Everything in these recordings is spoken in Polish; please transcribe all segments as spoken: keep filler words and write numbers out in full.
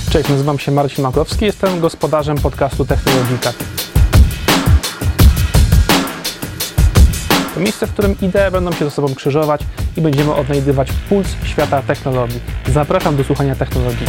Cześć, nazywam się Marcin Makowski, jestem gospodarzem podcastu Technologika. To miejsce, w którym idee będą się ze sobą krzyżować i będziemy odnajdywać puls świata technologii. Zapraszam do słuchania technologii.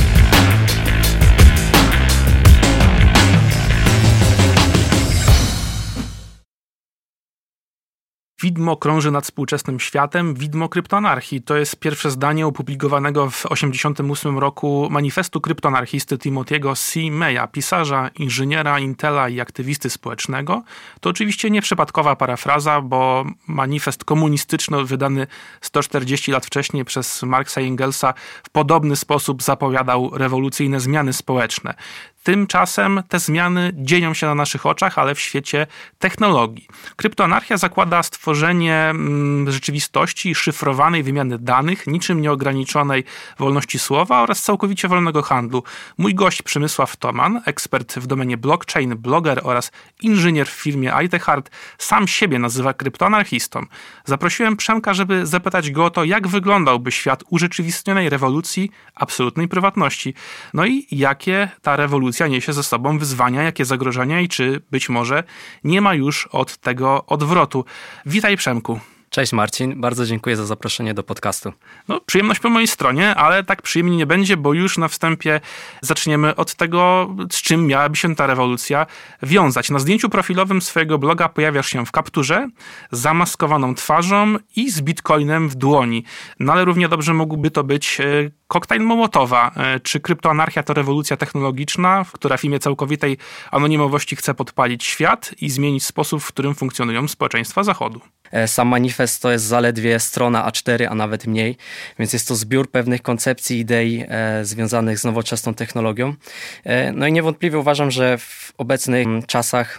Widmo krąży nad współczesnym światem, widmo kryptoanarchii. To jest pierwsze zdanie opublikowanego w tysiąc dziewięćset osiemdziesiątym ósmym roku manifestu kryptoanarchisty Timothy'ego C. Maya, pisarza, inżyniera Intela i aktywisty społecznego. To oczywiście nieprzypadkowa parafraza, bo manifest komunistyczny wydany sto czterdzieści lat wcześniej przez Marksa i Engelsa w podobny sposób zapowiadał rewolucyjne zmiany społeczne. Tymczasem te zmiany dzieją się na naszych oczach, ale w świecie technologii. Kryptoanarchia zakłada stworzenie mm, rzeczywistości szyfrowanej wymiany danych, niczym nieograniczonej wolności słowa oraz całkowicie wolnego handlu. Mój gość Przemysław Toman, ekspert w domenie blockchain, bloger oraz inżynier w firmie iTechHeart, sam siebie nazywa kryptoanarchistą. Zaprosiłem Przemka, żeby zapytać go o to, jak wyglądałby świat urzeczywistnionej rewolucji absolutnej prywatności. No i jakie ta rewolucja niesie ze sobą wyzwania, jakie zagrożenia i czy być może nie ma już od tego odwrotu. Witaj, Przemku. Cześć Marcin, bardzo dziękuję za zaproszenie do podcastu. No, przyjemność po mojej stronie, ale tak przyjemnie nie będzie, bo już na wstępie zaczniemy od tego, z czym miałaby się ta rewolucja wiązać. Na zdjęciu profilowym swojego bloga pojawiasz się w kapturze, zamaskowaną twarzą i z bitcoinem w dłoni. No ale równie dobrze mógłby to być koktajl Mołotowa. Czy kryptoanarchia to rewolucja technologiczna, która w imię całkowitej anonimowości chce podpalić świat i zmienić sposób, w którym funkcjonują społeczeństwa Zachodu? Sam manifest to jest zaledwie strona A cztery, a nawet mniej, więc jest to zbiór pewnych koncepcji, idei e, związanych z nowoczesną technologią. E, no i niewątpliwie uważam, że w obecnych czasach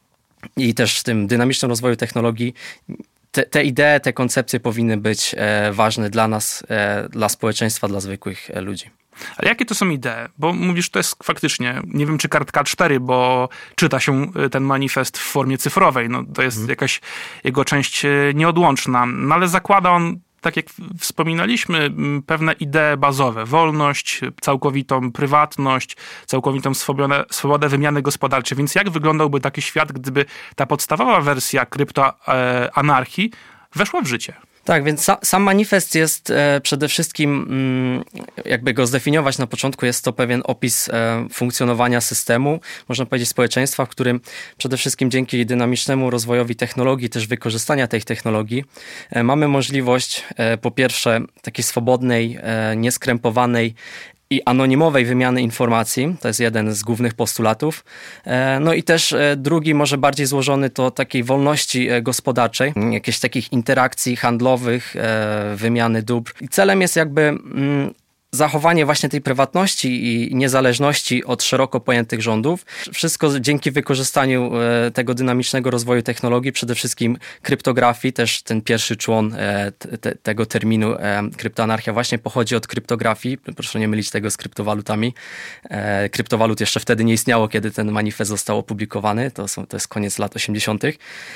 i też w tym dynamicznym rozwoju technologii te, te idee, te koncepcje powinny być e, ważne dla nas, e, dla społeczeństwa, dla zwykłych e, ludzi. Ale jakie to są idee? Bo mówisz, to jest faktycznie, nie wiem czy kartka A cztery, bo czyta się ten manifest w formie cyfrowej. No, to jest hmm. jakaś jego część nieodłączna. No, ale zakłada on, tak jak wspominaliśmy, pewne idee bazowe. Wolność, całkowitą prywatność, całkowitą swobodę, swobodę wymiany gospodarczej. Więc jak wyglądałby taki świat, gdyby ta podstawowa wersja kryptoanarchii weszła w życie? Tak, więc sa, sam manifest jest e, przede wszystkim, mm, jakby go zdefiniować na początku, jest to pewien opis e, funkcjonowania systemu, można powiedzieć społeczeństwa, w którym przede wszystkim dzięki dynamicznemu rozwojowi technologii, też wykorzystania tej technologii, e, mamy możliwość e, po pierwsze takiej swobodnej, e, nieskrępowanej i anonimowej wymiany informacji, to jest jeden z głównych postulatów. No i też drugi, może bardziej złożony, to takiej wolności gospodarczej, jakichś takich interakcji handlowych, wymiany dóbr. I celem jest jakby zachowanie właśnie tej prywatności i niezależności od szeroko pojętych rządów. Wszystko dzięki wykorzystaniu tego dynamicznego rozwoju technologii, przede wszystkim kryptografii, też ten pierwszy człon te, tego terminu kryptoanarchia właśnie pochodzi od kryptografii. Proszę nie mylić tego z kryptowalutami. Kryptowalut jeszcze wtedy nie istniało, kiedy ten manifest został opublikowany. To, są, to jest koniec lat osiemdziesiątych.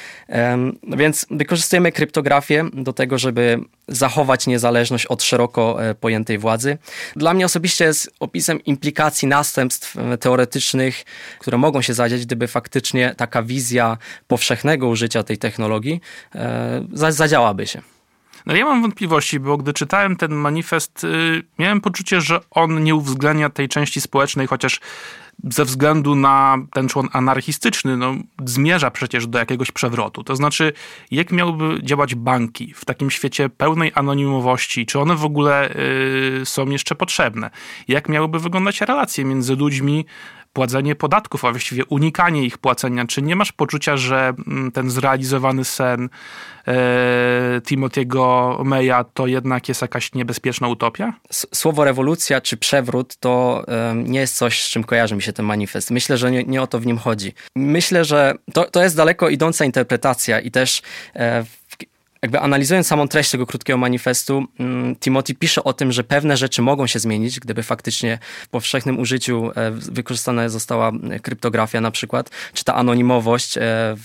Więc wykorzystujemy kryptografię do tego, żeby zachować niezależność od szeroko pojętej władzy. Dla mnie osobiście jest opisem implikacji następstw teoretycznych, które mogą się zadziać, gdyby faktycznie taka wizja powszechnego użycia tej technologii zadziałaby się. No ja mam wątpliwości, bo gdy czytałem ten manifest, yy, miałem poczucie, że on nie uwzględnia tej części społecznej, chociaż ze względu na ten człon anarchistyczny, no, zmierza przecież do jakiegoś przewrotu. To znaczy, jak miałyby działać banki w takim świecie pełnej anonimowości? Czy one w ogóle yy, są jeszcze potrzebne? Jak miałyby wyglądać relacje między ludźmi, płacenie podatków, a właściwie unikanie ich płacenia? Czy nie masz poczucia, że ten zrealizowany sen e, Timothy'ego Maya to jednak jest jakaś niebezpieczna utopia? Słowo rewolucja czy przewrót to e, nie jest coś, z czym kojarzy mi się ten manifest. Myślę, że nie, nie o to w nim chodzi. Myślę, że to, to jest daleko idąca interpretacja i też e, jakby analizując samą treść tego krótkiego manifestu, Timothy pisze o tym, że pewne rzeczy mogą się zmienić, gdyby faktycznie w powszechnym użyciu wykorzystana została kryptografia na przykład, czy ta anonimowość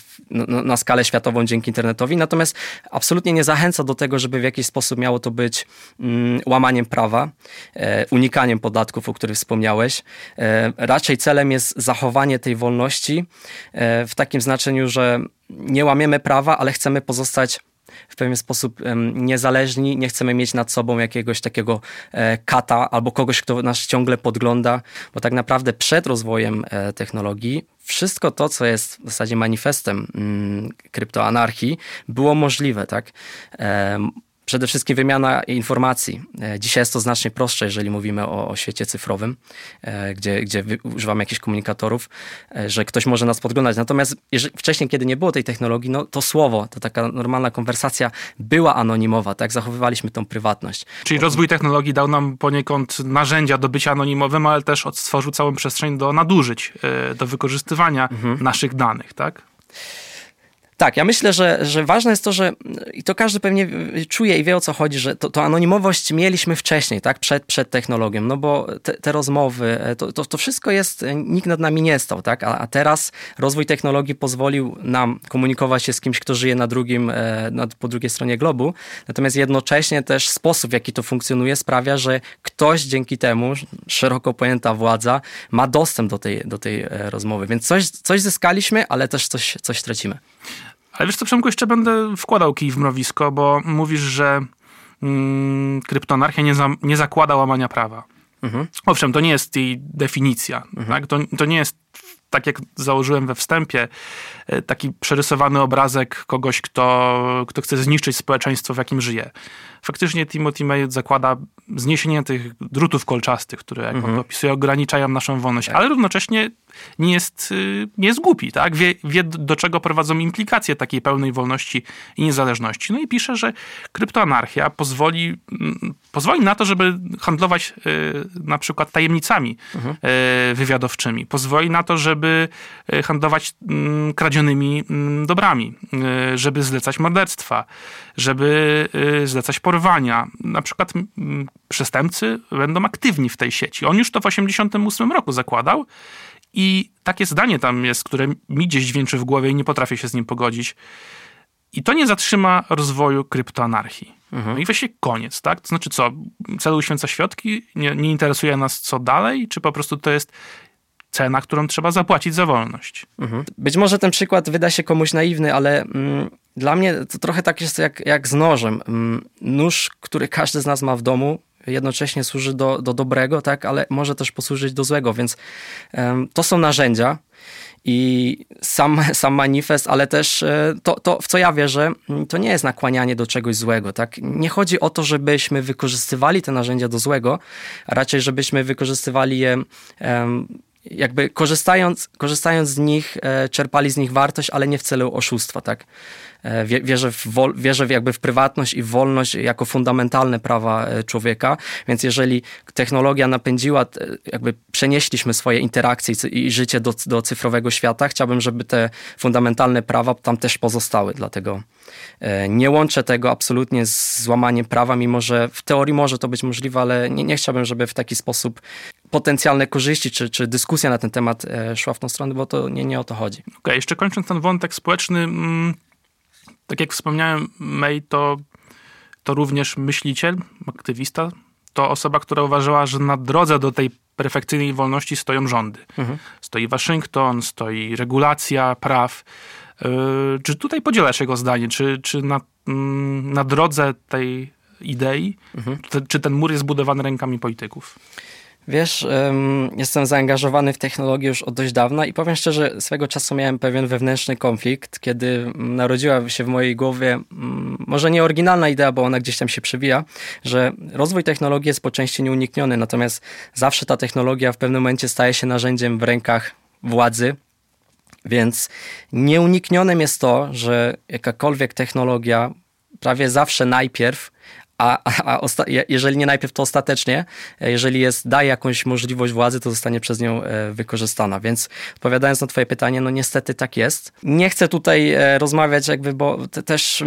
na skalę światową dzięki internetowi. Natomiast absolutnie nie zachęca do tego, żeby w jakiś sposób miało to być łamaniem prawa, unikaniem podatków, o których wspomniałeś. Raczej celem jest zachowanie tej wolności w takim znaczeniu, że nie łamiemy prawa, ale chcemy pozostać w pewien sposób um, niezależni, nie chcemy mieć nad sobą jakiegoś takiego e, kata albo kogoś, kto nas ciągle podgląda, bo tak naprawdę przed rozwojem e, technologii wszystko to, co jest w zasadzie manifestem mm, kryptoanarchii, było możliwe, tak? E, Przede wszystkim wymiana informacji. Dzisiaj jest to znacznie prostsze, jeżeli mówimy o, o świecie cyfrowym, gdzie, gdzie używamy jakichś komunikatorów, że ktoś może nas podglądać. Natomiast jeżeli, wcześniej, kiedy nie było tej technologii, no to słowo, to taka normalna konwersacja była anonimowa, tak? Zachowywaliśmy tą prywatność. Czyli rozwój technologii dał nam poniekąd narzędzia do bycia anonimowym, ale też stworzył całą przestrzeń do nadużyć, do wykorzystywania mhm. naszych danych, tak? Tak, ja myślę, że, że ważne jest to, że i to każdy pewnie czuje i wie, o co chodzi, że to, to anonimowość mieliśmy wcześniej, tak, przed, przed technologią, no bo te, te rozmowy, to, to, to wszystko jest, nikt nad nami nie stał, tak, a, a teraz rozwój technologii pozwolił nam komunikować się z kimś, kto żyje na drugim, na, po drugiej stronie globu, natomiast jednocześnie też sposób, w jaki to funkcjonuje, sprawia, że ktoś dzięki temu, szeroko pojęta władza, ma dostęp do tej, do tej rozmowy, więc coś, coś zyskaliśmy, ale też coś, coś tracimy. Ale wiesz co, Przemku, jeszcze będę wkładał kij w mrowisko, bo mówisz, że mm, kryptoanarchia nie, za, nie zakłada łamania prawa. Mhm. Owszem, to nie jest jej definicja. Mhm. Tak? To, to nie jest, tak jak założyłem we wstępie, taki przerysowany obrazek kogoś, kto, kto chce zniszczyć społeczeństwo, w jakim żyje. Faktycznie Timothy May zakłada zniesienie tych drutów kolczastych, które, jak mhm. on to opisuje, ograniczają naszą wolność, ale równocześnie nie jest, nie jest głupi, tak? Wie, wie, do czego prowadzą implikacje takiej pełnej wolności i niezależności. No i pisze, że kryptoanarchia pozwoli, pozwoli na to, żeby handlować na przykład tajemnicami mhm. wywiadowczymi. Pozwoli na to, żeby handlować kradzionymi dobrami, żeby zlecać morderstwa, żeby zlecać porwania. Na przykład przestępcy będą aktywni w tej sieci. On już to w osiemdziesiątym ósmym roku zakładał i takie zdanie tam jest, które mi gdzieś dźwięczy w głowie i nie potrafię się z nim pogodzić. I to nie zatrzyma rozwoju kryptoanarchii. Mhm. No i właśnie koniec, tak? To znaczy co? Cel uświęca środki? Nie, nie interesuje nas co dalej? Czy po prostu to jest cena, którą trzeba zapłacić za wolność? Mhm. Być może ten przykład wyda się komuś naiwny, ale mm, dla mnie to trochę tak jest jak, jak z nożem. Mm, nóż, który każdy z nas ma w domu, jednocześnie służy do, do dobrego, tak, ale może też posłużyć do złego, więc um, to są narzędzia i sam, sam manifest, ale też to, to, w co ja wierzę, to nie jest nakłanianie do czegoś złego, tak. Nie chodzi o to, żebyśmy wykorzystywali te narzędzia do złego, a raczej żebyśmy wykorzystywali je um, jakby korzystając, korzystając z nich, e, czerpali z nich wartość, ale nie w celu oszustwa, tak? E, wierzę, w wol, wierzę w jakby w prywatność i w wolność jako fundamentalne prawa człowieka, więc jeżeli technologia napędziła, jakby przenieśliśmy swoje interakcje i życie do, do cyfrowego świata, chciałbym, żeby te fundamentalne prawa tam też pozostały, dlatego e, nie łączę tego absolutnie z złamaniem prawa, mimo że w teorii może to być możliwe, ale nie, nie chciałbym, żeby w taki sposób potencjalne korzyści, czy, czy dyskusja na ten temat e, szła w tą stronę, bo to nie, nie o to chodzi. Okej, okay, jeszcze kończąc ten wątek społeczny, mm, tak jak wspomniałem, May to, to również myśliciel, aktywista, to osoba, która uważała, że na drodze do tej perfekcyjnej wolności stoją rządy. Mhm. Stoi Waszyngton, stoi regulacja praw. Yy, czy tutaj podzielasz jego zdanie? Czy, czy na, mm, na drodze tej idei, mhm. te, czy ten mur jest budowany rękami polityków? Wiesz, um, jestem zaangażowany w technologię już od dość dawna i powiem szczerze, swego czasu miałem pewien wewnętrzny konflikt, kiedy narodziła się w mojej głowie, um, może nie oryginalna idea, bo ona gdzieś tam się przewija, że rozwój technologii jest po części nieunikniony, natomiast zawsze ta technologia w pewnym momencie staje się narzędziem w rękach władzy, więc nieuniknionym jest to, że jakakolwiek technologia prawie zawsze najpierw A, a osta- jeżeli nie najpierw, to ostatecznie, jeżeli jest, daje jakąś możliwość władzy, to zostanie przez nią wykorzystana. Więc odpowiadając na twoje pytanie, no niestety tak jest. Nie chcę tutaj rozmawiać jakby, bo te, też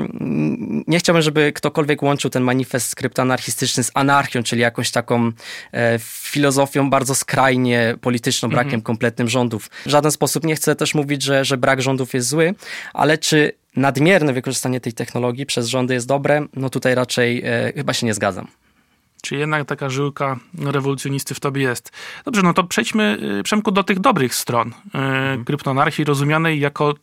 mm, nie chciałbym, żeby ktokolwiek łączył ten manifest kryptoanarchistyczny z anarchią, czyli jakąś taką e, filozofią bardzo skrajnie polityczną, brakiem mhm. kompletnym rządów. W żaden sposób nie chcę też mówić, że, że brak rządów jest zły, ale czy nadmierne wykorzystanie tej technologii przez rządy jest dobre? No tutaj raczej e, chyba się nie zgadzam. Czy jednak taka żyłka rewolucjonisty w tobie jest. Dobrze, no to przejdźmy, Przemku, do tych dobrych stron mhm. kryptoanarchii, rozumianej jako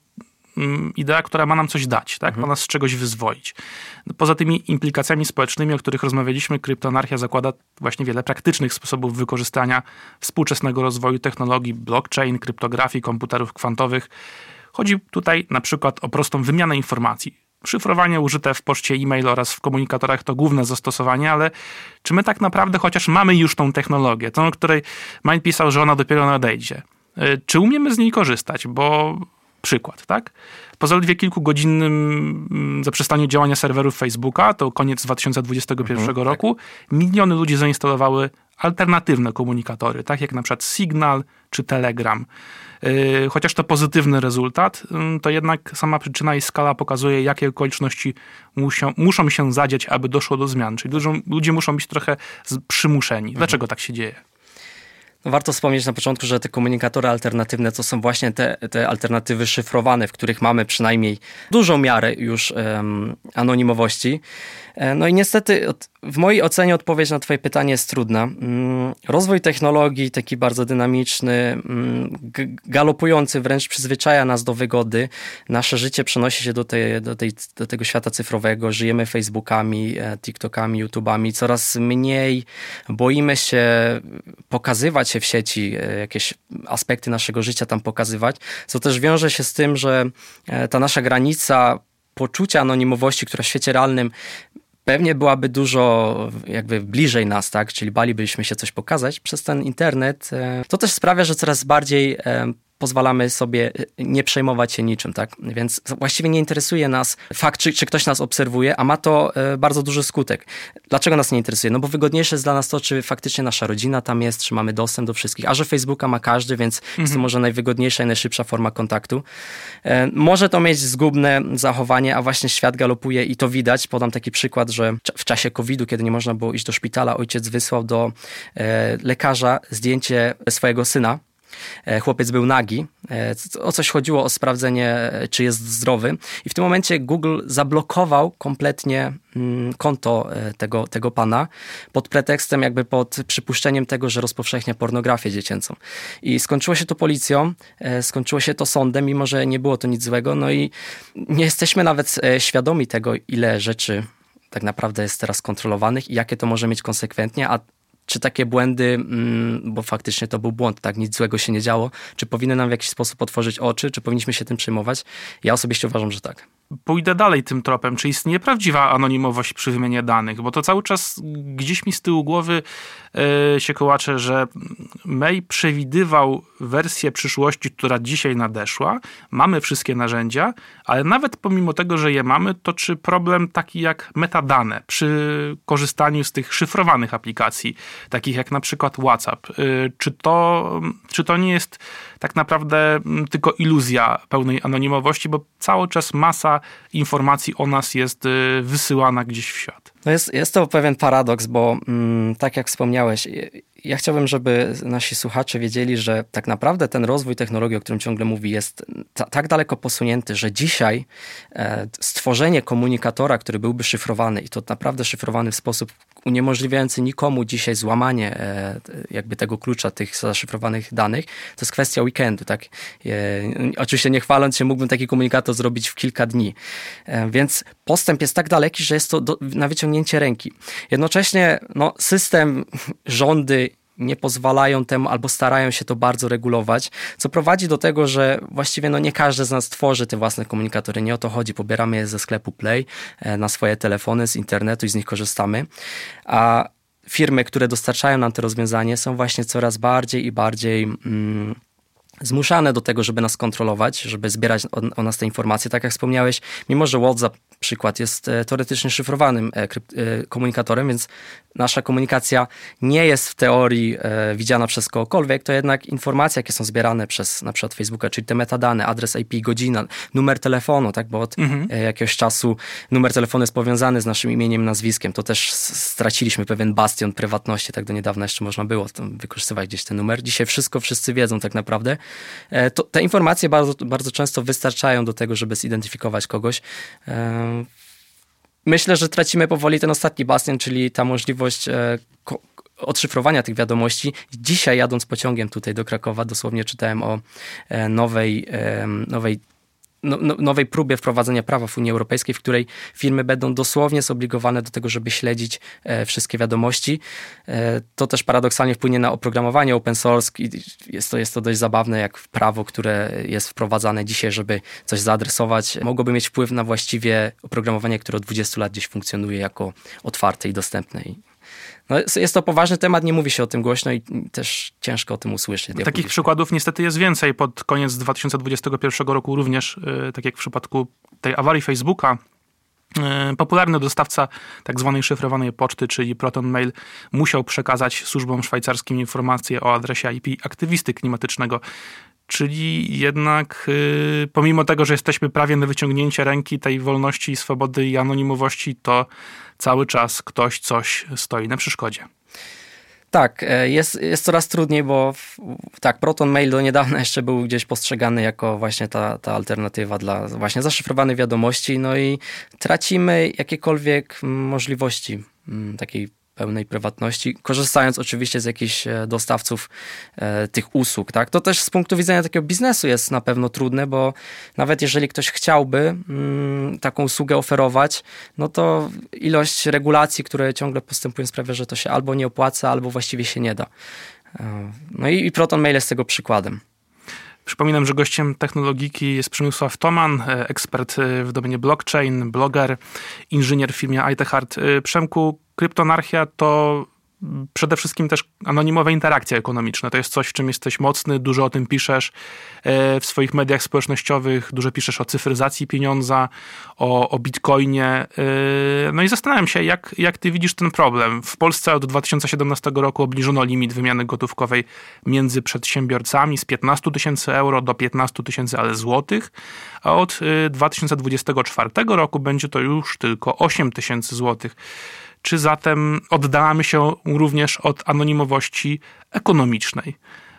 idea, która ma nam coś dać, tak? Mhm. Ma nas z czegoś wyzwolić. Poza tymi implikacjami społecznymi, o których rozmawialiśmy, kryptoanarchia zakłada właśnie wiele praktycznych sposobów wykorzystania współczesnego rozwoju technologii blockchain, kryptografii, komputerów kwantowych. Chodzi tutaj na przykład o prostą wymianę informacji. Szyfrowanie użyte w poczcie e-mail oraz w komunikatorach to główne zastosowanie, ale czy my tak naprawdę chociaż mamy już tą technologię, tą, o której Mind pisał, że ona dopiero nadejdzie? Czy umiemy z niej korzystać? Bo przykład, tak? Po zaledwie kilkugodzinnym zaprzestaniu działania serwerów Facebooka, to koniec dwa tysiące dwudziestego pierwszego mhm, roku, tak. miliony ludzi zainstalowały alternatywne komunikatory, tak jak na przykład Signal czy Telegram. Chociaż to pozytywny rezultat, to jednak sama przyczyna i skala pokazuje, jakie okoliczności muszą, muszą się zadziać, aby doszło do zmian. Czyli ludzie, ludzie muszą być trochę przymuszeni. Dlaczego mhm. tak się dzieje? No warto wspomnieć na początku, że te komunikatory alternatywne to są właśnie te, te alternatywy szyfrowane, w których mamy przynajmniej dużą miarę już um, anonimowości. No i niestety w mojej ocenie odpowiedź na twoje pytanie jest trudna. Rozwój technologii, taki bardzo dynamiczny, galopujący, wręcz przyzwyczaja nas do wygody. Nasze życie przenosi się do, tej, do, tej, do tego świata cyfrowego. Żyjemy Facebookami, TikTokami, YouTubami. Coraz mniej boimy się pokazywać się w sieci, jakieś aspekty naszego życia tam pokazywać, co też wiąże się z tym, że ta nasza granica poczucia anonimowości, która w świecie realnym pewnie byłaby dużo jakby bliżej nas, tak? Czyli balibyśmy się coś pokazać przez ten internet. To też sprawia, że coraz bardziej pozwalamy sobie nie przejmować się niczym, tak? Więc właściwie nie interesuje nas fakt, czy, czy ktoś nas obserwuje, a ma to bardzo duży skutek. Dlaczego nas nie interesuje? No bo wygodniejsze jest dla nas to, czy faktycznie nasza rodzina tam jest, czy mamy dostęp do wszystkich. A że Facebooka ma każdy, więc mhm. jest to może najwygodniejsza i najszybsza forma kontaktu. Może to mieć zgubne zachowanie, a właśnie świat galopuje i to widać. Podam taki przykład, że w czasie kowida, kiedy nie można było iść do szpitala, ojciec wysłał do lekarza zdjęcie swojego syna. Chłopiec był nagi. O coś chodziło, o sprawdzenie, czy jest zdrowy. I w tym momencie Google zablokował kompletnie konto tego, tego pana pod pretekstem, jakby pod przypuszczeniem tego, że rozpowszechnia pornografię dziecięcą. I skończyło się to policją, skończyło się to sądem, mimo że nie było to nic złego. No i nie jesteśmy nawet świadomi tego, ile rzeczy tak naprawdę jest teraz kontrolowanych i jakie to może mieć konsekwencje, a czy takie błędy, bo faktycznie to był błąd, tak, nic złego się nie działo, czy powinny nam w jakiś sposób otworzyć oczy, czy powinniśmy się tym przejmować? Ja osobiście uważam, że tak. Pójdę dalej tym tropem. Czy istnieje prawdziwa anonimowość przy wymianie danych? Bo to cały czas gdzieś mi z tyłu głowy yy, się kołacze, że May przewidywał wersję przyszłości, która dzisiaj nadeszła. Mamy wszystkie narzędzia, ale nawet pomimo tego, że je mamy, to czy problem taki jak metadane przy korzystaniu z tych szyfrowanych aplikacji, takich jak na przykład WhatsApp, yy, czy to, czy to nie jest tak naprawdę tylko iluzja pełnej anonimowości, bo cały czas masa informacji o nas jest wysyłana gdzieś w świat. No jest, jest to pewien paradoks, bo mm, tak jak wspomniałeś, ja chciałbym, żeby nasi słuchacze wiedzieli, że tak naprawdę ten rozwój technologii, o którym ciągle mówi, jest ta, tak daleko posunięty, że dzisiaj e, stworzenie komunikatora, który byłby szyfrowany i to naprawdę szyfrowany w sposób uniemożliwiający nikomu dzisiaj złamanie e, jakby tego klucza tych zaszyfrowanych danych, to jest kwestia weekendu, tak? E, oczywiście nie chwaląc się, mógłbym taki komunikator zrobić w kilka dni. E, więc postęp jest tak daleki, że jest to do, na wyciągnięcie ręki. Jednocześnie no, system, rządy nie pozwalają temu albo starają się to bardzo regulować, co prowadzi do tego, że właściwie no nie każdy z nas tworzy te własne komunikatory. Nie o to chodzi. Pobieramy je ze sklepu Play na swoje telefony, z internetu i z nich korzystamy. A firmy, które dostarczają nam te rozwiązanie, są właśnie coraz bardziej i bardziej mm, zmuszane do tego, żeby nas kontrolować, żeby zbierać o, o nas te informacje. Tak jak wspomniałeś, mimo że WhatsApp przykład jest teoretycznie szyfrowanym komunikatorem, więc nasza komunikacja nie jest w teorii widziana przez kogokolwiek, to jednak informacje, jakie są zbierane przez na przykład Facebooka, czyli te metadane, adres I P, godzina, numer telefonu, tak, bo od mhm. jakiegoś czasu numer telefonu jest powiązany z naszym imieniem, nazwiskiem, to też straciliśmy pewien bastion prywatności, tak do niedawna jeszcze można było wykorzystywać gdzieś ten numer. Dzisiaj wszystko wszyscy wiedzą tak naprawdę. To, te informacje bardzo, bardzo często wystarczają do tego, żeby zidentyfikować kogoś. Myślę, że tracimy powoli ten ostatni bastion, czyli ta możliwość odszyfrowania tych wiadomości. Dzisiaj jadąc pociągiem tutaj do Krakowa dosłownie czytałem o nowej, nowej No, no, nowej próbie wprowadzenia prawa w Unii Europejskiej, w której firmy będą dosłownie zobligowane do tego, żeby śledzić e, wszystkie wiadomości. E, to też paradoksalnie wpłynie na oprogramowanie open source. Jest to, jest to dość zabawne, jak prawo, które jest wprowadzane dzisiaj, żeby coś zaadresować, mogłoby mieć wpływ na właściwie oprogramowanie, które od dwudziestu lat gdzieś funkcjonuje jako otwarte i dostępne. No, jest to poważny temat, nie mówi się o tym głośno i też ciężko o tym usłyszeć. Takich przykładów niestety jest więcej. Pod koniec dwa tysiące dwudziestego pierwszego roku również, tak jak w przypadku tej awarii Facebooka, popularny dostawca tak zwanej szyfrowanej poczty, czyli Proton Mail, musiał przekazać służbom szwajcarskim informacje o adresie I P aktywisty klimatycznego. Czyli jednak yy, pomimo tego, że jesteśmy prawie na wyciągnięcie ręki tej wolności, swobody i anonimowości, to cały czas ktoś coś stoi na przeszkodzie. Tak, jest, jest coraz trudniej, bo tak, Proton Mail do niedawna jeszcze był gdzieś postrzegany jako właśnie ta, ta alternatywa dla właśnie zaszyfrowanej wiadomości, no i tracimy jakiekolwiek możliwości takiej pełnej prywatności, korzystając oczywiście z jakichś dostawców e, tych usług. Tak? To też z punktu widzenia takiego biznesu jest na pewno trudne, bo nawet jeżeli ktoś chciałby mm, taką usługę oferować, no to ilość regulacji, które ciągle postępują, sprawia, że to się albo nie opłaca, albo właściwie się nie da. E, no i, i Proton Mail jest tego przykładem. Przypominam, że gościem Technologiki jest Przemysław Toman, ekspert w doménie blockchain, bloger, inżynier w firmie iTechArt. Przemku, kryptonarchia to przede wszystkim też anonimowe interakcje ekonomiczne. To jest coś, w czym jesteś mocny, dużo o tym piszesz w swoich mediach społecznościowych, dużo piszesz o cyfryzacji pieniądza, o, o bitcoinie. No i zastanawiam się, jak, jak ty widzisz ten problem. W Polsce od dwa tysiące siedemnastego roku obniżono limit wymiany gotówkowej między przedsiębiorcami z piętnaście tysięcy euro do piętnaście tysięcy, ale złotych, a od dwa tysiące dwudziestego czwartego roku będzie to już tylko osiem tysięcy złotych. Czy zatem oddalamy się również od anonimowości ekonomicznej?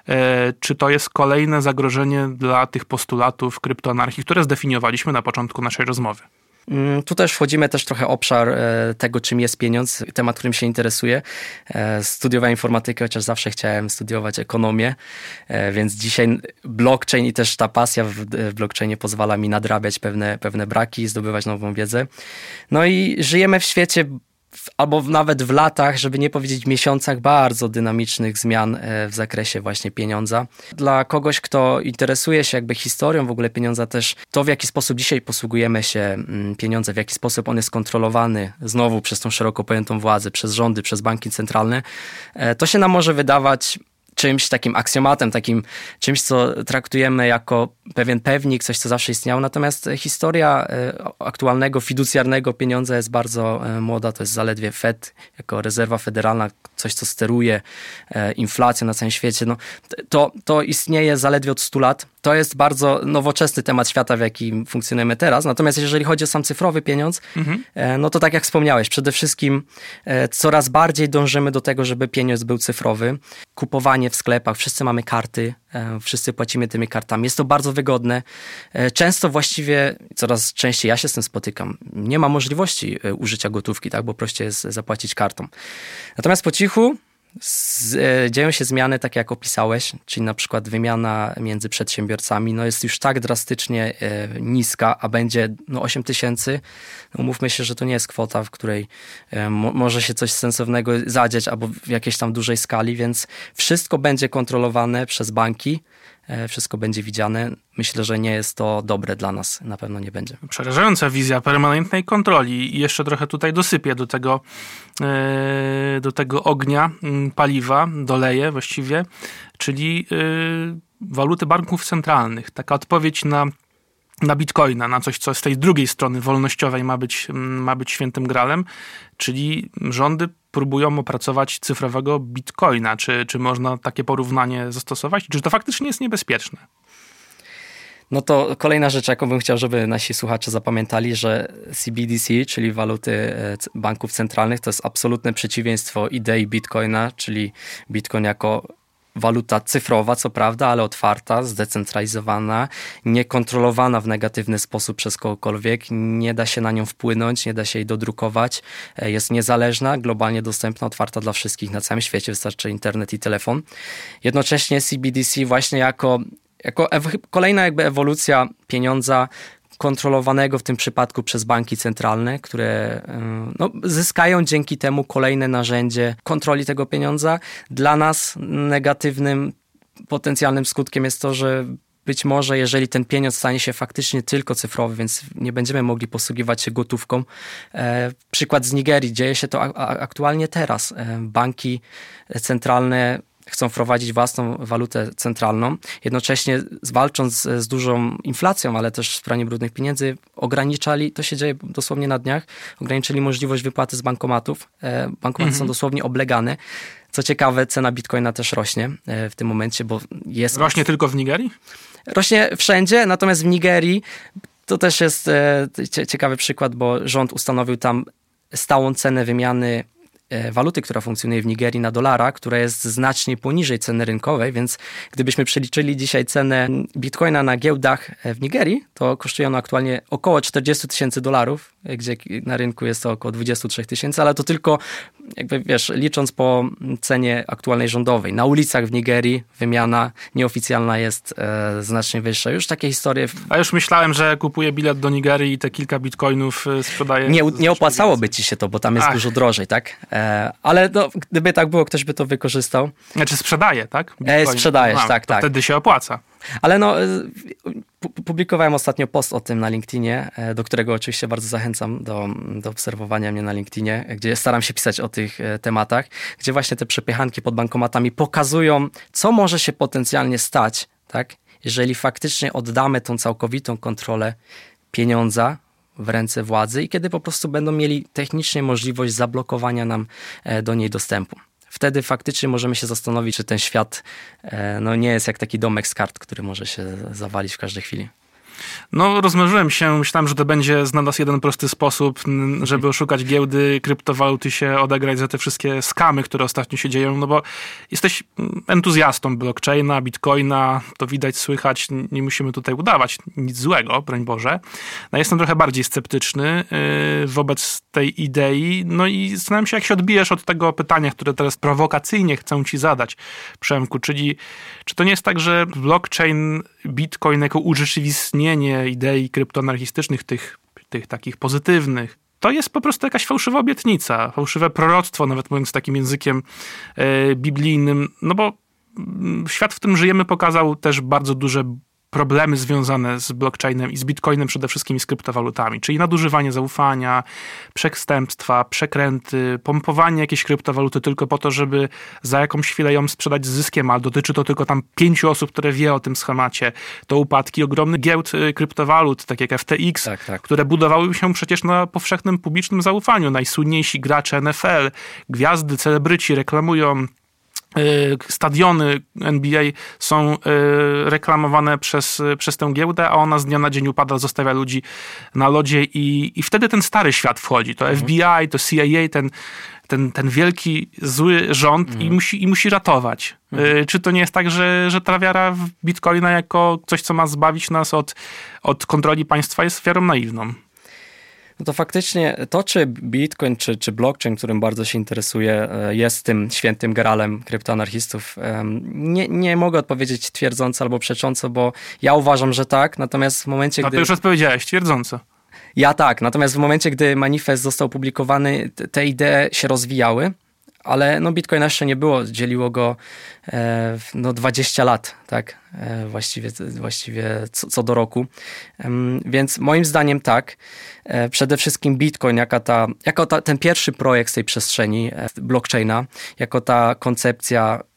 E, czy to jest kolejne zagrożenie dla tych postulatów kryptoanarchii, które zdefiniowaliśmy na początku naszej rozmowy? Tu też wchodzimy też trochę obszar tego, czym jest pieniądz, temat, którym się interesuję. Studiowałem informatykę, chociaż zawsze chciałem studiować ekonomię, więc dzisiaj blockchain i też ta pasja w blockchainie pozwala mi nadrabiać pewne, pewne braki, zdobywać nową wiedzę. No i żyjemy w świecie albo nawet w latach, żeby nie powiedzieć miesiącach bardzo dynamicznych zmian w zakresie właśnie pieniądza. Dla kogoś, kto interesuje się jakby historią w ogóle pieniądza, też to, w jaki sposób dzisiaj posługujemy się pieniądze, w jaki sposób on jest kontrolowany znowu przez tą szeroko pojętą władzę, przez rządy, przez banki centralne, to się nam może wydawać czymś takim aksjomatem, takim czymś, co traktujemy jako pewien pewnik, coś, co zawsze istniało. Natomiast historia aktualnego, fiducjarnego pieniądza jest bardzo młoda. To jest zaledwie Fed jako rezerwa federalna, coś, co steruje inflacją na całym świecie. No, to, to istnieje zaledwie od stu lat. To jest bardzo nowoczesny temat świata, w jakim funkcjonujemy teraz. Natomiast jeżeli chodzi o sam cyfrowy pieniądz, mhm. no to tak jak wspomniałeś, przede wszystkim coraz bardziej dążymy do tego, żeby pieniądz był cyfrowy. Kupowanie w sklepach, wszyscy mamy karty, wszyscy płacimy tymi kartami. Jest to bardzo wygodne. Często właściwie, coraz częściej ja się z tym spotykam, nie ma możliwości użycia gotówki, tak, bo prościej jest zapłacić kartą. Natomiast po cichu Z, e, dzieją się zmiany, takie jak opisałeś, czyli na przykład wymiana między przedsiębiorcami no jest już tak drastycznie e, niska, a będzie no, osiem tysięcy. No, umówmy się, że to nie jest kwota, w której e, mo, może się coś sensownego zadzieć albo w jakiejś tam dużej skali, więc wszystko będzie kontrolowane przez banki. Wszystko będzie widziane. Myślę, że nie jest to dobre dla nas. Na pewno nie będzie. Przerażająca wizja permanentnej kontroli. I jeszcze trochę tutaj dosypię do tego, do tego ognia paliwa, doleję właściwie, czyli waluty banków centralnych. Taka odpowiedź na na bitcoina, na coś, co z tej drugiej strony wolnościowej ma być, ma być świętym gralem, czyli rządy próbują opracować cyfrowego bitcoina. Czy, czy można takie porównanie zastosować? Czy to faktycznie jest niebezpieczne? No to kolejna rzecz, jaką bym chciał, żeby nasi słuchacze zapamiętali, że C B D C, czyli waluty banków centralnych, to jest absolutne przeciwieństwo idei bitcoina, czyli bitcoin jako waluta cyfrowa, co prawda, ale otwarta, zdecentralizowana, niekontrolowana w negatywny sposób przez kogokolwiek, nie da się na nią wpłynąć, nie da się jej dodrukować, jest niezależna, globalnie dostępna, otwarta dla wszystkich na całym świecie, wystarczy internet i telefon. Jednocześnie C B D C właśnie jako, jako ew- kolejna jakby ewolucja pieniądza kontrolowanego w tym przypadku przez banki centralne, które no, zyskają dzięki temu kolejne narzędzie kontroli tego pieniądza. Dla nas negatywnym potencjalnym skutkiem jest to, że być może jeżeli ten pieniądz stanie się faktycznie tylko cyfrowy, więc nie będziemy mogli posługiwać się gotówką. E, przykład z Nigerii. Dzieje się to a, a, aktualnie teraz. E, banki centralne chcą wprowadzić własną walutę centralną, jednocześnie walcząc z, z dużą inflacją, ale też z praniem brudnych pieniędzy, ograniczali, to się dzieje dosłownie na dniach, ograniczyli możliwość wypłaty z bankomatów. E, bankomaty mhm. są dosłownie oblegane. Co ciekawe, cena bitcoina też rośnie e, w tym momencie, bo jest... Rośnie tylko w Nigerii? Rośnie wszędzie, natomiast w Nigerii to też jest e, ciekawy przykład, bo rząd ustanowił tam stałą cenę wymiany waluty, która funkcjonuje w Nigerii na dolara, która jest znacznie poniżej ceny rynkowej, więc gdybyśmy przeliczyli dzisiaj cenę bitcoina na giełdach w Nigerii, to kosztuje ono aktualnie około czterdzieści tysięcy dolarów, gdzie na rynku jest to około dwadzieścia trzy tysięcy, ale to tylko jakby wiesz, licząc po cenie aktualnej rządowej. Na ulicach w Nigerii wymiana nieoficjalna jest e, znacznie wyższa. Już takie historie... W... A już myślałem, że kupuję bilet do Nigerii i te kilka bitcoinów sprzedaję... Nie, nie opłacałoby ci się to, bo tam jest Ach. dużo drożej, tak? E, ale no, gdyby tak było, ktoś by to wykorzystał. Znaczy sprzedaję, tak? E, sprzedajesz, no, tak, tak. Wtedy się opłaca. Ale no, publikowałem ostatnio post o tym na LinkedInie, do którego oczywiście bardzo zachęcam do, do obserwowania mnie na LinkedInie, gdzie staram się pisać o tych tematach, gdzie właśnie te przepychanki pod bankomatami pokazują, co może się potencjalnie stać, tak, jeżeli faktycznie oddamy tą całkowitą kontrolę pieniądza w ręce władzy i kiedy po prostu będą mieli technicznie możliwość zablokowania nam do niej dostępu. Wtedy faktycznie możemy się zastanowić, czy ten świat no, nie jest jak taki domek z kart, który może się zawalić w każdej chwili. No, rozmarzyłem się, myślałem, że to będzie znalazł jeden prosty sposób, żeby oszukać giełdy, kryptowaluty, się odegrać za te wszystkie skamy, które ostatnio się dzieją, no bo jesteś entuzjastą blockchaina, bitcoina, to widać, słychać, nie musimy tutaj udawać nic złego, broń Boże. No, jestem trochę bardziej sceptyczny yy, wobec tej idei, no i zastanawiam się, jak się odbijesz od tego pytania, które teraz prowokacyjnie chcę ci zadać, Przemku, czyli czy to nie jest tak, że blockchain, bitcoin jako urzeczywistnienie idei kryptoanarchistycznych, tych, tych takich pozytywnych, to jest po prostu jakaś fałszywa obietnica, fałszywe proroctwo, nawet mówiąc takim językiem e, biblijnym, no bo świat, w którym żyjemy, pokazał też bardzo duże problemy związane z blockchainem i z bitcoinem, przede wszystkim i z kryptowalutami, czyli nadużywanie zaufania, przestępstwa, przekręty, pompowanie jakiejś kryptowaluty tylko po to, żeby za jakąś chwilę ją sprzedać z zyskiem, ale dotyczy to tylko tam pięciu osób, które wie o tym schemacie. To upadki ogromnych giełd kryptowalut, tak jak F T X, tak, tak. które budowały się przecież na powszechnym publicznym zaufaniu. Najsłynniejsi gracze N F L, gwiazdy, celebryci reklamują stadiony N B A są reklamowane przez, przez tę giełdę, a ona z dnia na dzień upada, zostawia ludzi na lodzie i, i wtedy ten stary świat wchodzi. To F B I, to C I A, ten, ten, ten wielki, zły rząd mhm. i, musi, i musi ratować. Mhm. Czy to nie jest tak, że, że ta wiara w Bitcoina jako coś, co ma zbawić nas od, od kontroli państwa, jest wiarą naiwną? No to faktycznie to, czy Bitcoin, czy, czy blockchain, którym bardzo się interesuje, jest tym świętym gralem kryptoanarchistów, nie, nie mogę odpowiedzieć twierdząco albo przecząco, bo ja uważam, że tak, natomiast w momencie, gdy... A ty już odpowiedziałeś, twierdząco. Ja tak, natomiast w momencie, gdy manifest został opublikowany, te idee się rozwijały, ale no Bitcoina jeszcze nie było, dzieliło go e, no dwadzieścia lat, tak, e, właściwie, właściwie co, co do roku, e, więc moim zdaniem tak, e, przede wszystkim Bitcoin, jaka ta, jako ta, ten pierwszy projekt z tej przestrzeni e, blockchaina, jako ta koncepcja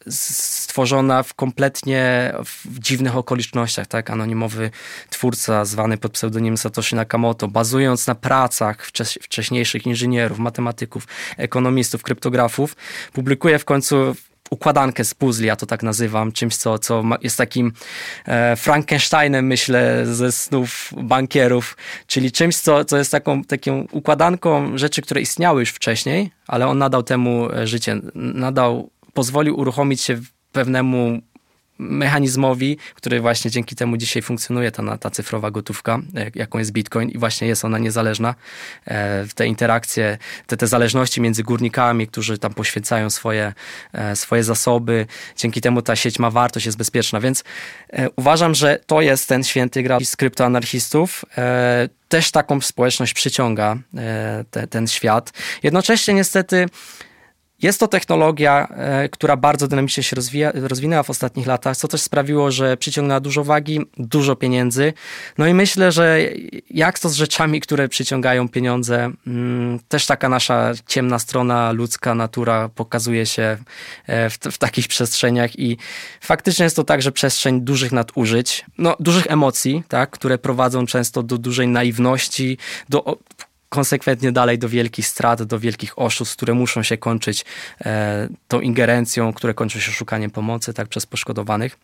stworzona w kompletnie w dziwnych okolicznościach, tak? Anonimowy twórca zwany pod pseudonimem Satoshi Nakamoto, bazując na pracach wcześniejszych inżynierów, matematyków, ekonomistów, kryptografów, publikuje w końcu układankę z puzli, ja to tak nazywam, czymś, co, co jest takim e, Frankensteinem, myślę, ze snów bankierów, czyli czymś, co, co jest taką, taką układanką rzeczy, które istniały już wcześniej, ale on nadał temu życie, nadał, pozwolił uruchomić się pewnemu mechanizmowi, który właśnie dzięki temu dzisiaj funkcjonuje ta, ta cyfrowa gotówka, jaką jest Bitcoin i właśnie jest ona niezależna. E, te interakcje, te, te zależności między górnikami, którzy tam poświęcają swoje, e, swoje zasoby, dzięki temu ta sieć ma wartość, jest bezpieczna, więc e, uważam, że to jest ten święty graal z kryptoanarchistów. E, też taką społeczność przyciąga e, te, ten świat. Jednocześnie niestety jest to technologia, e, która bardzo dynamicznie się rozwija, rozwinęła w ostatnich latach, co też sprawiło, że przyciągnęła dużo wagi, dużo pieniędzy. No i myślę, że jak to z rzeczami, które przyciągają pieniądze, mm, też taka nasza ciemna strona, ludzka natura pokazuje się e, w, w takich przestrzeniach i faktycznie jest to także przestrzeń dużych nadużyć, no, dużych emocji, tak, które prowadzą często do dużej naiwności, do konsekwentnie dalej do wielkich strat, do wielkich oszustw, które muszą się kończyć e, tą ingerencją, które kończą się szukaniem pomocy, tak, przez poszkodowanych.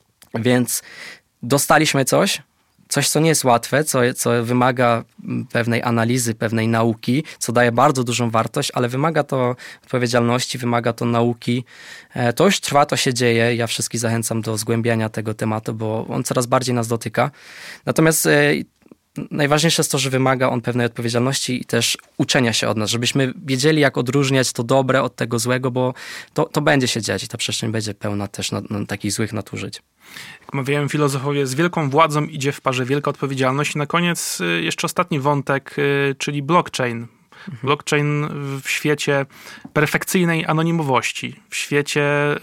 Więc dostaliśmy coś, coś, co nie jest łatwe, co, co wymaga pewnej analizy, pewnej nauki, co daje bardzo dużą wartość, ale wymaga to odpowiedzialności, wymaga to nauki. E, to już trwa, to się dzieje. Ja wszystkich zachęcam do zgłębiania tego tematu, bo on coraz bardziej nas dotyka. Natomiast e, najważniejsze jest to, że wymaga on pewnej odpowiedzialności i też uczenia się od nas, żebyśmy wiedzieli, jak odróżniać to dobre od tego złego, bo to, to będzie się dziać i ta przestrzeń będzie pełna też na, na takich złych nadużyć. Jak mawiają filozofowie, z wielką władzą idzie w parze wielka odpowiedzialność. I na koniec jeszcze ostatni wątek, czyli blockchain. Blockchain w świecie perfekcyjnej anonimowości, w świecie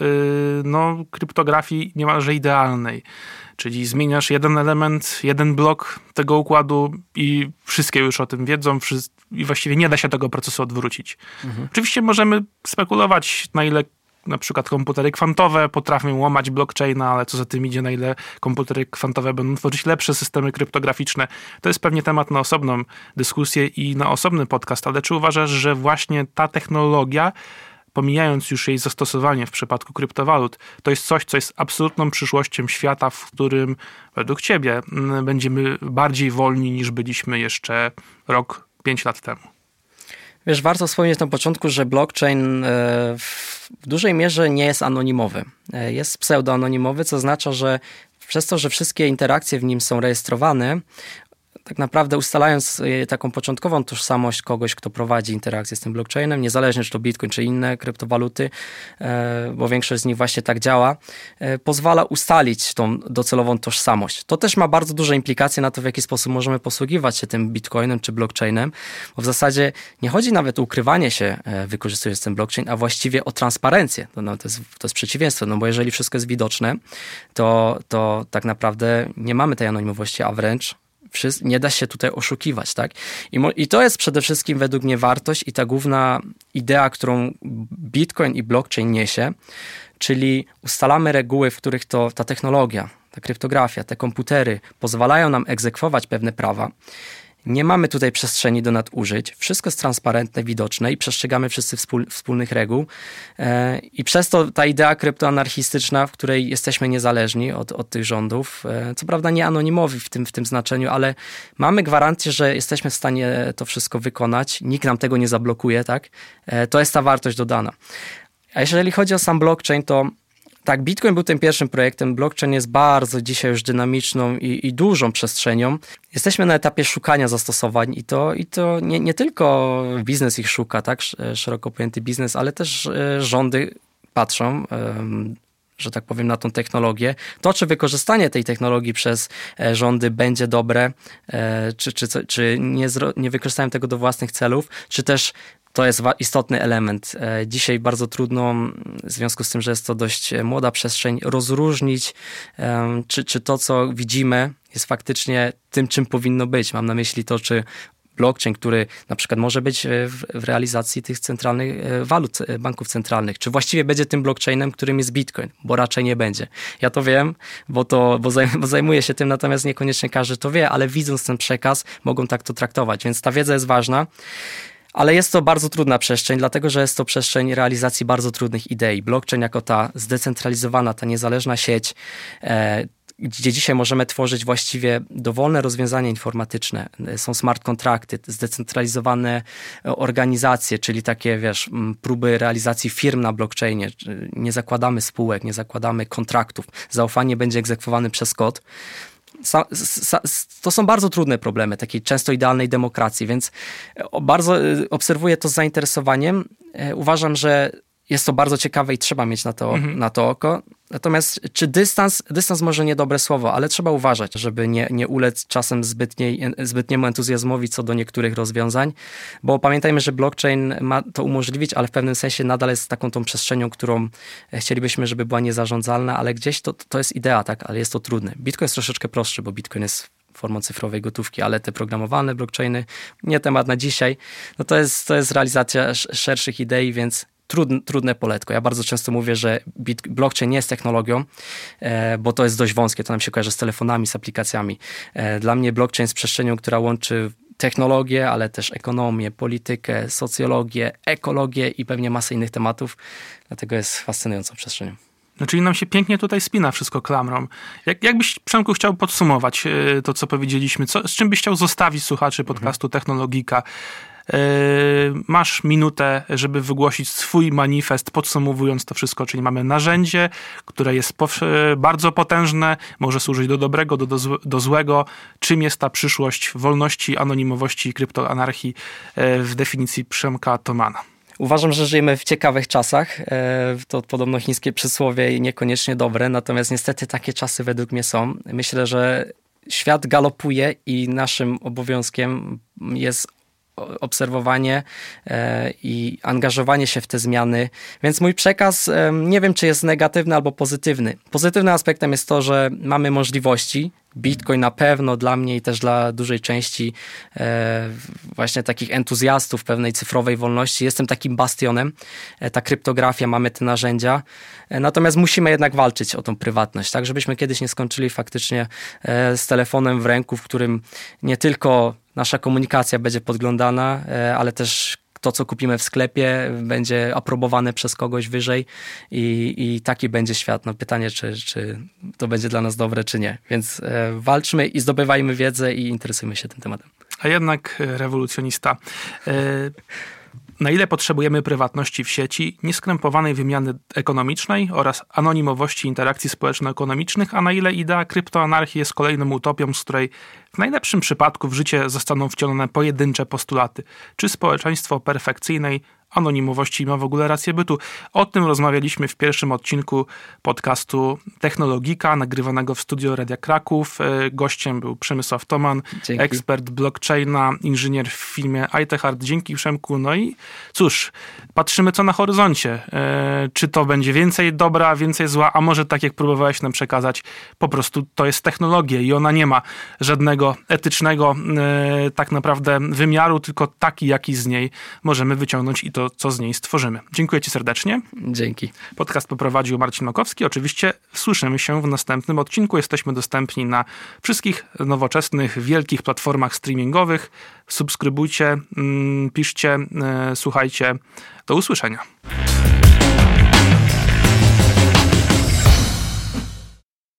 no, kryptografii niemalże idealnej. Czyli zmieniasz jeden element, jeden blok tego układu i wszystkie już o tym wiedzą i właściwie nie da się tego procesu odwrócić. Mhm. Oczywiście możemy spekulować, na ile na przykład komputery kwantowe potrafią łamać blockchaina, ale co za tym idzie, na ile komputery kwantowe będą tworzyć lepsze systemy kryptograficzne. To jest pewnie temat na osobną dyskusję i na osobny podcast, ale czy uważasz, że właśnie ta technologia, pomijając już jej zastosowanie w przypadku kryptowalut, to jest coś, co jest absolutną przyszłością świata, w którym według ciebie będziemy bardziej wolni niż byliśmy jeszcze rok, pięć lat temu? Wiesz, warto wspomnieć na początku, że blockchain w dużej mierze nie jest anonimowy. Jest pseudoanonimowy, co oznacza, że przez to, że wszystkie interakcje w nim są rejestrowane, tak naprawdę ustalając taką początkową tożsamość kogoś, kto prowadzi interakcję z tym blockchainem, niezależnie czy to Bitcoin, czy inne kryptowaluty, bo większość z nich właśnie tak działa, pozwala ustalić tą docelową tożsamość. To też ma bardzo duże implikacje na to, w jaki sposób możemy posługiwać się tym Bitcoinem czy blockchainem, bo w zasadzie nie chodzi nawet o ukrywanie się, wykorzystując ten blockchain, a właściwie o transparencję. To, no, to, jest, to jest przeciwieństwo, no bo jeżeli wszystko jest widoczne, to, to tak naprawdę nie mamy tej anonimowości, a wręcz nie da się tutaj oszukiwać, tak? I, mo- I to jest przede wszystkim według mnie wartość i ta główna idea, którą Bitcoin i blockchain niesie, czyli ustalamy reguły, w których to ta technologia, ta kryptografia, te komputery pozwalają nam egzekwować pewne prawa. Nie mamy tutaj przestrzeni do nadużyć. Wszystko jest transparentne, widoczne i przestrzegamy wszyscy wspól, wspólnych reguł. E, I przez to ta idea kryptoanarchistyczna, w której jesteśmy niezależni od, od tych rządów, e, co prawda nie anonimowi w tym, w tym znaczeniu, ale mamy gwarancję, że jesteśmy w stanie to wszystko wykonać. Nikt nam tego nie zablokuje, tak? E, to jest ta wartość dodana. A jeżeli chodzi o sam blockchain, to tak, Bitcoin był tym pierwszym projektem. Blockchain jest bardzo dzisiaj już dynamiczną i, i dużą przestrzenią. Jesteśmy na etapie szukania zastosowań i to, i to nie, nie tylko biznes ich szuka, tak, szeroko pojęty biznes, ale też rządy patrzą, że tak powiem, na tą technologię. To, czy wykorzystanie tej technologii przez rządy będzie dobre, czy, czy, czy nie, nie wykorzystają tego do własnych celów, czy też to jest istotny element. Dzisiaj bardzo trudno, w związku z tym, że jest to dość młoda przestrzeń, rozróżnić, czy, czy to, co widzimy, jest faktycznie tym, czym powinno być. Mam na myśli to, czy blockchain, który na przykład może być w, w realizacji tych centralnych walut banków centralnych, czy właściwie będzie tym blockchainem, którym jest Bitcoin, bo raczej nie będzie. Ja to wiem, bo, to, bo, zaj, bo zajmuję się tym, natomiast niekoniecznie każdy to wie, ale widząc ten przekaz, mogą tak to traktować, więc ta wiedza jest ważna. Ale jest to bardzo trudna przestrzeń, dlatego że jest to przestrzeń realizacji bardzo trudnych idei. Blockchain jako ta zdecentralizowana, ta niezależna sieć, e, gdzie dzisiaj możemy tworzyć właściwie dowolne rozwiązania informatyczne. Są smart kontrakty, zdecentralizowane organizacje, czyli takie, wiesz, próby realizacji firm na blockchainie. Nie zakładamy spółek, nie zakładamy kontraktów. Zaufanie będzie egzekwowane przez kod. To są bardzo trudne problemy takiej często idealnej demokracji, więc bardzo obserwuję to z zainteresowaniem. Uważam, że jest to bardzo ciekawe i trzeba mieć na to, mhm. na to oko. Natomiast czy dystans, dystans może niedobre słowo, ale trzeba uważać, żeby nie, nie ulec czasem zbytniej, zbytniemu entuzjazmowi co do niektórych rozwiązań, bo pamiętajmy, że blockchain ma to umożliwić, ale w pewnym sensie nadal jest taką tą przestrzenią, którą chcielibyśmy, żeby była niezarządzalna, ale gdzieś to, to jest idea, tak, ale jest to trudne. Bitcoin jest troszeczkę prostszy, bo Bitcoin jest formą cyfrowej gotówki, ale te programowalne blockchainy, nie temat na dzisiaj, no to jest, to jest realizacja szerszych idei, więc Trudne, trudne poletko. Ja bardzo często mówię, że bit, blockchain nie jest technologią, e, bo to jest dość wąskie, to nam się kojarzy z telefonami, z aplikacjami. E, dla mnie blockchain jest przestrzenią, która łączy technologię, ale też ekonomię, politykę, socjologię, ekologię i pewnie masę innych tematów, dlatego jest fascynującą przestrzenią. No, czyli nam się pięknie tutaj spina wszystko klamrą. Jak, jakbyś, Przemku, chciał podsumować to, co powiedzieliśmy, co, z czym byś chciał zostawić słuchaczy podcastu Technologika? Masz minutę, żeby wygłosić swój manifest, podsumowując to wszystko, czyli mamy narzędzie, które jest bardzo potężne, może służyć do dobrego, do, do, do złego. Czym jest ta przyszłość wolności, anonimowości i kryptoanarchii w definicji Przemka Thomana? Uważam, że żyjemy w ciekawych czasach. To podobno chińskie przysłowie niekoniecznie dobre, natomiast niestety takie czasy według mnie są. Myślę, że świat galopuje i naszym obowiązkiem jest obserwowanie e, i angażowanie się w te zmiany. Więc mój przekaz, e, nie wiem, czy jest negatywny albo pozytywny. Pozytywnym aspektem jest to, że mamy możliwości. Bitcoin na pewno dla mnie i też dla dużej części e, właśnie takich entuzjastów pewnej cyfrowej wolności. Jestem takim bastionem. E, ta kryptografia, mamy te narzędzia. E, natomiast musimy jednak walczyć o tą prywatność, tak, żebyśmy kiedyś nie skończyli faktycznie e, z telefonem w ręku, w którym nie tylko nasza komunikacja będzie podglądana, e, ale też to, co kupimy w sklepie, będzie aprobowane przez kogoś wyżej i, i taki będzie świat. No pytanie, czy, czy to będzie dla nas dobre, czy nie. Więc e, walczmy i zdobywajmy wiedzę i interesujmy się tym tematem. A jednak rewolucjonista. E, na ile potrzebujemy prywatności w sieci, nieskrępowanej wymiany ekonomicznej oraz anonimowości interakcji społeczno-ekonomicznych, a na ile idea kryptoanarchii jest kolejną utopią, z której w najlepszym przypadku w życie zostaną wcielone pojedyncze postulaty. Czy społeczeństwo perfekcyjnej anonimowości ma w ogóle rację bytu? O tym rozmawialiśmy w pierwszym odcinku podcastu Technologika, nagrywanego w studio Radia Kraków. Gościem był Przemysław Thoman, Dzięki. ekspert blockchaina, inżynier w firmie iTechart. Dzięki, Przemku. No i cóż, patrzymy co na horyzoncie. Czy to będzie więcej dobra, więcej zła, a może tak jak próbowałeś nam przekazać, po prostu to jest technologia i ona nie ma żadnego etycznego tak naprawdę wymiaru, tylko taki, jaki z niej możemy wyciągnąć i to, co z niej stworzymy. Dziękuję ci serdecznie. Dzięki. Podcast poprowadził Marcin Makowski. Oczywiście słyszymy się w następnym odcinku. Jesteśmy dostępni na wszystkich nowoczesnych, wielkich platformach streamingowych. Subskrybujcie, piszcie, słuchajcie. Do usłyszenia.